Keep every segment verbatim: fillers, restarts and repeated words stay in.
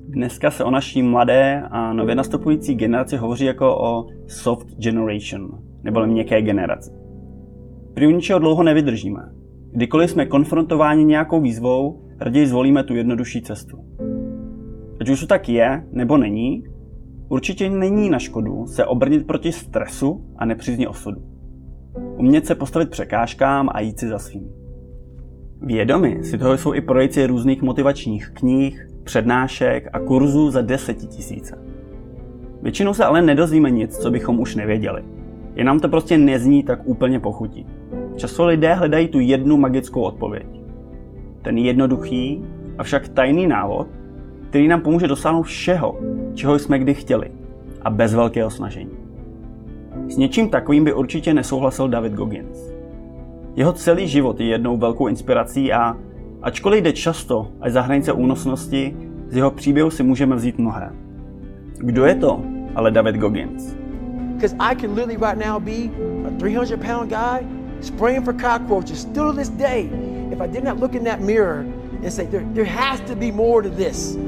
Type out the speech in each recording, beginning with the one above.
Dneska se o naší mladé a nově nastupující generaci hovoří jako o soft generation, nebo měkké generaci. Prý u ničeho dlouho nevydržíme. Kdykoliv jsme konfrontováni nějakou výzvou, raději zvolíme tu jednodušší cestu. Ať už to tak je, nebo není, určitě není na škodu se obrnit proti stresu a nepřízni osudu. Umět se postavit překážkám a jít si za svým. Vědomi si toho jsou i prodejci různých motivačních knih, přednášek a kurzů za desetitisíce. Většinou se ale nedozvíme nic, co bychom už nevěděli. Jen nám to prostě nezní tak úplně pochutí. Často lidé hledají tu jednu magickou odpověď. Ten jednoduchý, avšak tajný návod, který nám pomůže dosáhnout všeho, čeho jsme kdy chtěli, a bez velkého snažení. S něčím takovým by určitě nesouhlasil David Goggins. Jeho celý život je jednou velkou inspirací a ačkoliv jde často až za hranice únosnosti, z jeho příběhu si můžeme vzít mnohé. Kdo je to ale David Goggins? Because I can literally right now be a three hundred pound guy spraying for cockroaches still to this day if I did not look in that mirror and say there, there has to be more to this.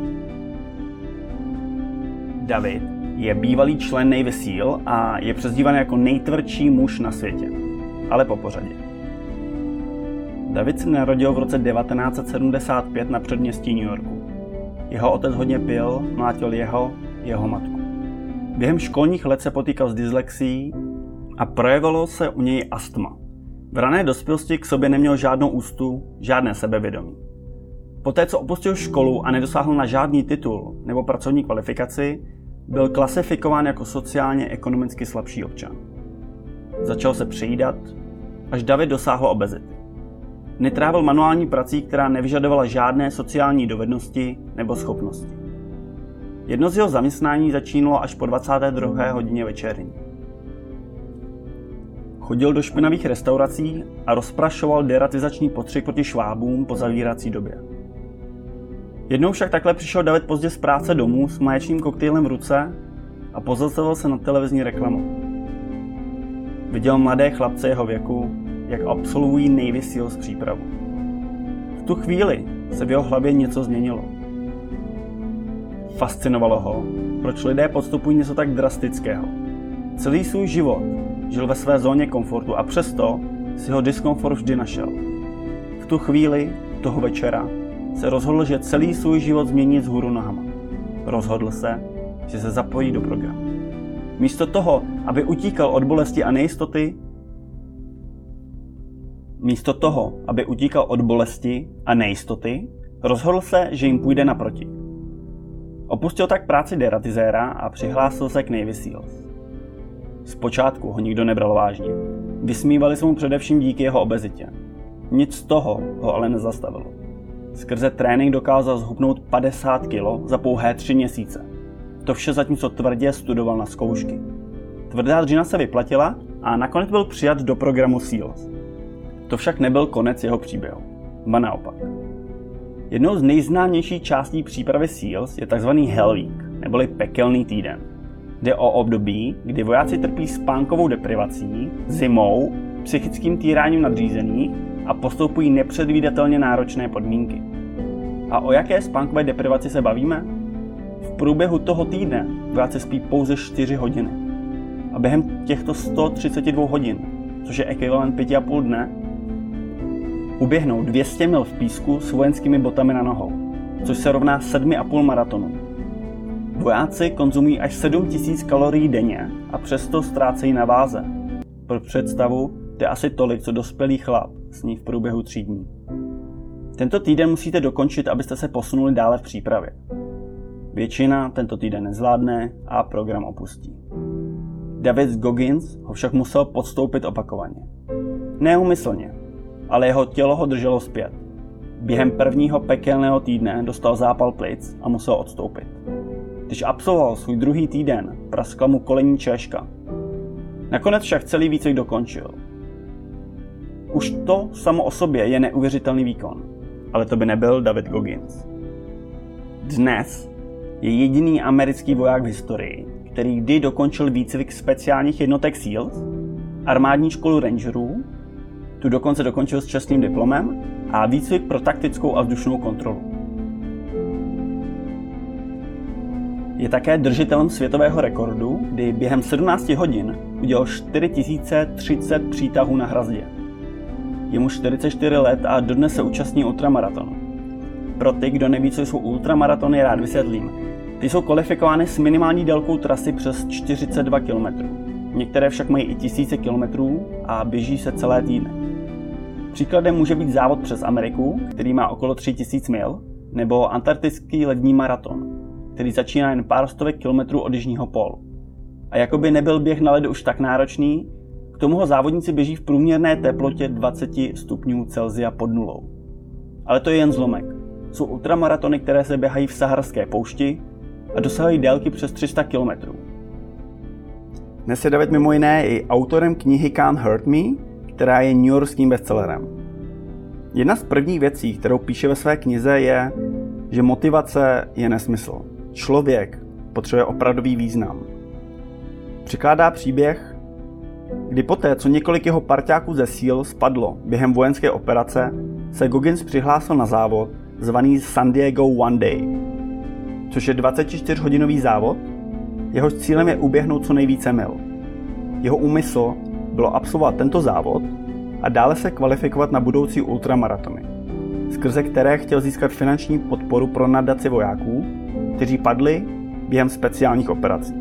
David je bývalý člen Navy SEAL a je přezdívaný jako nejtvrdší muž na světě, ale po pořadě. David se narodil v roce devatenáct set sedmdesát pět na předměstí New Yorku. Jeho otec hodně pil, mlátil jeho, jeho matku. Během školních let se potýkal s dyslexií a projevilo se u něj astma. V rané dospělosti k sobě neměl žádnou úctu, žádné sebevědomí. Poté, co opustil školu a nedosáhl na žádný titul nebo pracovní kvalifikaci, byl klasifikován jako sociálně ekonomicky slabší občan. Začal se přejídat, až David dosáhl obezity. Netrávil manuální prací, která nevyžadovala žádné sociální dovednosti nebo schopnosti. Jedno z jeho zaměstnání začínalo až po dvacáté druhé hodině večerní. Chodil do špinavých restaurací a rozprašoval deratizační potřik proti švábům po zavírací době. Jednou však takhle přišel David pozdě z práce domů s mléčným koktejlem v ruce a pozastavil se na televizní reklamu. Viděl mladé chlapce jeho věku, jak absolvují Navy SEALs přípravu. V tu chvíli se v jeho hlavě něco změnilo. Fascinovalo ho, proč lidé podstupují něco tak drastického. Celý svůj život žil ve své zóně komfortu a přesto si ho diskomfort vždy našel. V tu chvíli, toho večera, se rozhodl, že celý svůj život změní vzhůru nohama. Rozhodl se, že se zapojí do programu. Místo toho, aby utíkal od bolesti a nejistoty, místo toho, aby utíkal od bolesti a nejistoty, rozhodl se, že jim půjde naproti. Opustil tak práci deratizéra a přihlásil se k Navy SEALs. Zpočátku ho nikdo nebral vážně. Vysmívali se mu především díky jeho obezitě. Nic z toho ho ale nezastavilo. Skrze trénink dokázal zhubnout padesát kilo za pouhé tři měsíce. To vše zatímco tvrdě studoval na zkoušky. Tvrdá dřina se vyplatila a nakonec byl přijat do programu SEALs. To však nebyl konec jeho příběhu. Ba naopak. Jednou z nejznámějších částí přípravy SEALs je tzv. Hell Week, neboli pekelný týden. Jde o období, kdy vojáci trpí spánkovou deprivací, zimou, psychickým týráním nadřízených a postupují nepředvídatelně náročné podmínky. A o jaké spánkové deprivaci se bavíme? V průběhu toho týdne vojáci spí pouze čtyři hodiny. A během těchto sto třicet dva hodin, což je ekvivalent pěti a půl dne, uběhnou dvě stě mil v písku s vojenskými botami na nohou, což se rovná sedmi a půl maratonu. Vojáci konzumují až sedm tisíc kalorií denně a přesto ztrácejí na váze. Pro představu, to je asi tolik, co dospělý chlap sní v průběhu tří dní. Tento týden musíte dokončit, abyste se posunuli dále v přípravě. Většina tento týden nezvládne a program opustí. David Goggins ho však musel podstoupit opakovaně. Neúmyslně, ale jeho tělo ho drželo zpět. Během prvního pekelného týdne dostal zápal plic a musel odstoupit. Když absolvoval svůj druhý týden, praskla mu kolenní češka. Nakonec však celý výcvik dokončil. Už to samo o sobě je neuvěřitelný výkon, ale to by nebyl David Goggins. Dnes je jediný americký voják v historii, který kdy dokončil výcvik speciálních jednotek SEALs, armádní školu rangerů, tu dokonce dokončil s čestným diplomem a výcvik pro taktickou a vzdušnou kontrolu. Je také držitelem světového rekordu, kdy během sedmnácti hodin udělal čtyři tisíce třicet přítahů na hrazdě. Je mu čtyřicet čtyři let a dodnes se účastní ultramaratonu. Pro ty, kdo neví, co jsou ultramaratony, rád vysvětlím. Ty jsou kvalifikovány s minimální délkou trasy přes čtyřicet dva kilometrů. Některé však mají i tisíce kilometrů a běží se celé týdny. Příkladem může být závod přes Ameriku, který má okolo tři tisíce mil, nebo antarktický lední maraton, který začíná jen pár stovek kilometrů od jižního pólu. A jakoby nebyl běh na ledu už tak náročný, k tomu ho závodníci běží v průměrné teplotě dvacet stupňů Celsia pod nulou. Ale to je jen zlomek. Jsou ultramaratony, které se běhají v saharské poušti a dosahují délky přes tři sta kilometrů. Dnes je David mimo jiné i autorem knihy Can't Hurt Me, která je newyorským bestsellerem. Jedna z prvních věcí, kterou píše ve své knize, je, že motivace je nesmysl. Člověk potřebuje opravdový význam. Přikládá příběh, kdy poté, co několik jeho parťáků ze síl spadlo během vojenské operace, se Goggins přihlásil na závod zvaný San Diego One Day, což je dvacetičtyřhodinový závod, jehož cílem je uběhnout co nejvíce mil. Jeho úmysl bylo absolvovat tento závod a dále se kvalifikovat na budoucí ultramaratony, skrze které chtěl získat finanční podporu pro nadaci vojáků, kteří padli během speciálních operací.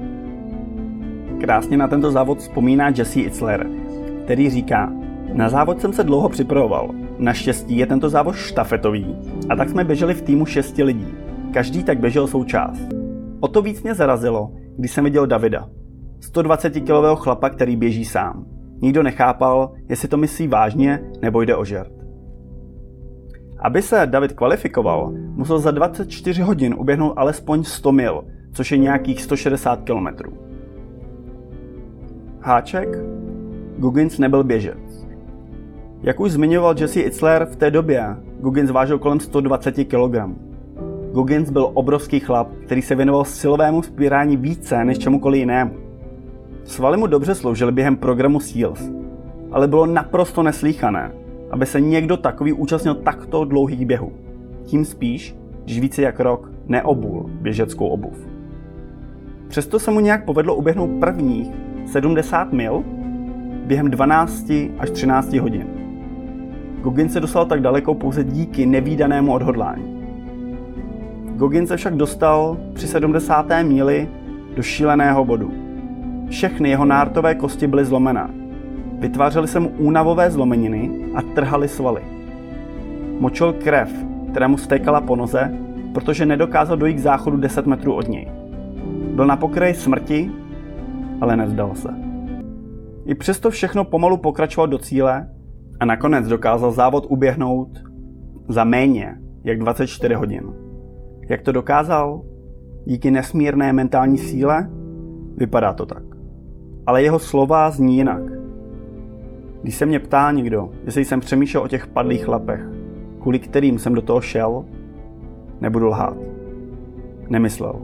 Krásně na tento závod vzpomíná Jesse Itzler, který říká: na závod jsem se dlouho připravoval. Naštěstí je tento závod štafetový a tak jsme běželi v týmu šesti lidí. Každý tak běžel svou část. O to víc mě zarazilo, když jsem viděl Davida, sto dvacetikilového chlapa, který běží sám. Nikdo nechápal, jestli to myslí vážně nebo jde o žert. Aby se David kvalifikoval, musel za dvacet čtyři hodin uběhnout alespoň sto mil, což je nějakých sto šedesát kilometrů. Háček? Goggins nebyl běžec. Jak už zmiňoval Jesse Itzler, v té době Goggins vážil kolem sto dvacet kilogramů. Goggins byl obrovský chlap, který se věnoval silovému vzpírání více než čemukoliv jinému. Svaly mu dobře sloužily během programu SEALS, ale bylo naprosto neslýchané, aby se někdo takový účastnil takto dlouhých běhů. Tím spíš, když více jak rok neobul běžeckou obuv. Přesto se mu nějak povedlo uběhnout prvních sedmdesát mil během dvanácti až třinácti hodin. Goggins se dostal tak daleko pouze díky nevídanému odhodlání. Goggins se však dostal při sedmdesáté míli do šíleného bodu. Všechny jeho nártové kosti byly zlomené. Vytvářely se mu únavové zlomeniny a trhaly svaly. Močil krev, která mu stékala po noze, protože nedokázal dojít k záchodu deset metrů od něj. Byl na pokraji smrti, ale nevzdal se. I přesto všechno pomalu pokračoval do cíle a nakonec dokázal závod uběhnout za méně jak dvacet čtyři hodin. Jak to dokázal? Díky nesmírné mentální síle? Vypadá to tak. Ale jeho slova zní jinak. Když se mě ptá někdo, jestli jsem přemýšlel o těch padlých chlapech, kvůli kterým jsem do toho šel, nebudu lhát. Nemyslel.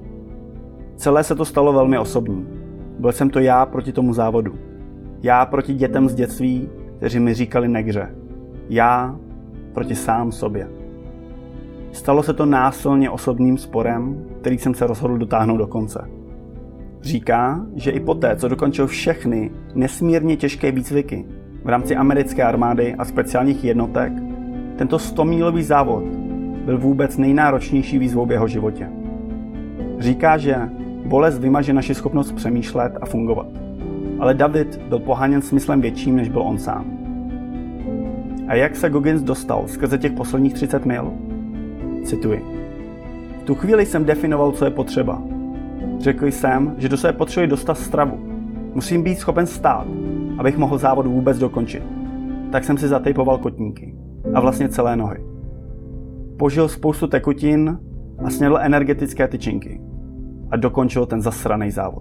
Celé se to stalo velmi osobní. Byl jsem to já proti tomu závodu. Já proti dětem z dětství, kteří mi říkali negře. Já proti sám sobě. Stalo se to násilně osobním sporem, který jsem se rozhodl dotáhnout do konce. Říká, že i poté, co dokončil všechny nesmírně těžké výcviky v rámci americké armády a speciálních jednotek, tento stomílový závod byl vůbec nejnáročnější výzvou v jeho životě. Říká, že bolest vymaže naši schopnost přemýšlet a fungovat. Ale David byl poháněn smyslem větším, než byl on sám. A jak se Goggins dostal skrze těch posledních třicet mil? Cituji. V tu chvíli jsem definoval, co je potřeba. Řekl jsem, že do sebe potřebuji dostat stravu. Musím být schopen stát, abych mohl závod vůbec dokončit. Tak jsem si zatejpoval kotníky. A vlastně celé nohy. Požil spoustu tekutin a snědl energetické tyčinky. A dokončil ten zasraný závod.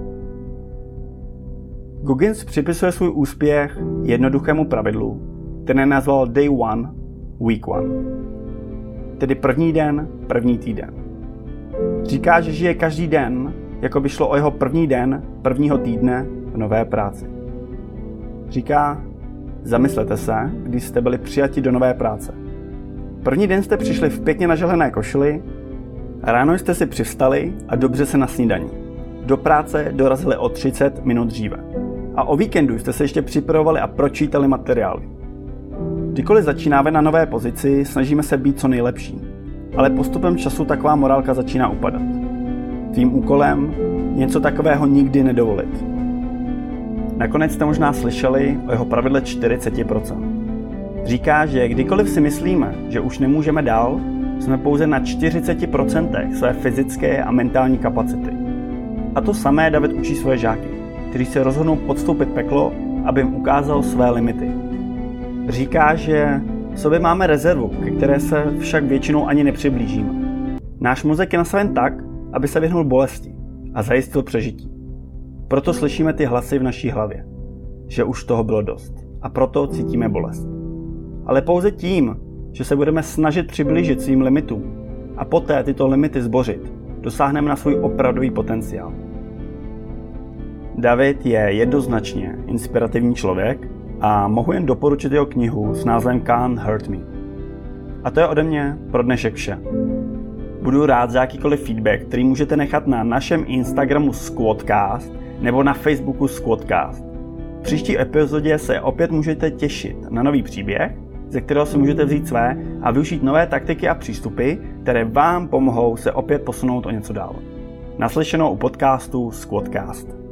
Goggins připisuje svůj úspěch jednoduchému pravidlu, které nazval Day One, Week One. Tedy první den, první týden. Říká, že žije každý den, jako by šlo o jeho první den, prvního týdne v nové práci. Říká, zamyslete se, když jste byli přijati do nové práce. První den jste přišli v pěkně nažehlené košili, Ráno jste si přivstali a dobře se nasnídaní. Do práce dorazili o třicet minut dříve. A o víkendu jste se ještě připravovali a pročítali materiály. Kdykoliv začínáme na nové pozici, snažíme se být co nejlepší. Ale postupem času taková morálka začíná upadat. Tvým úkolem něco takového nikdy nedovolit. Nakonec jste možná slyšeli o jeho pravidle čtyřicet procent. Říká, že kdykoliv si myslíme, že už nemůžeme dál, jsme pouze na čtyřicet procent své fyzické a mentální kapacity. A to samé David učí svoje žáky, kteří se rozhodnou podstoupit peklo, aby jim ukázal své limity. Říká, že v sobě máme rezervu, ke které se však většinou ani nepřiblížíme. Náš mozek je nastaven tak, aby se vyhnul bolesti a zajistil přežití. Proto slyšíme ty hlasy v naší hlavě, že už toho bylo dost a proto cítíme bolest. Ale pouze tím, že se budeme snažit přiblížit svým limitům a poté tyto limity zbořit, dosáhneme na svůj opravdový potenciál. David je jednoznačně inspirativní člověk a mohu jen doporučit jeho knihu s názvem Can't Hurt Me. A to je ode mě pro dnešek vše. Budu rád za jakýkoliv feedback, který můžete nechat na našem Instagramu Squadcast nebo na Facebooku Squadcast. V příští epizodě se opět můžete těšit na nový příběh, ze kterého si můžete vzít své a využít nové taktiky a přístupy, které vám pomohou se opět posunout o něco dál. Naslyšenou u podcastu Squadcast.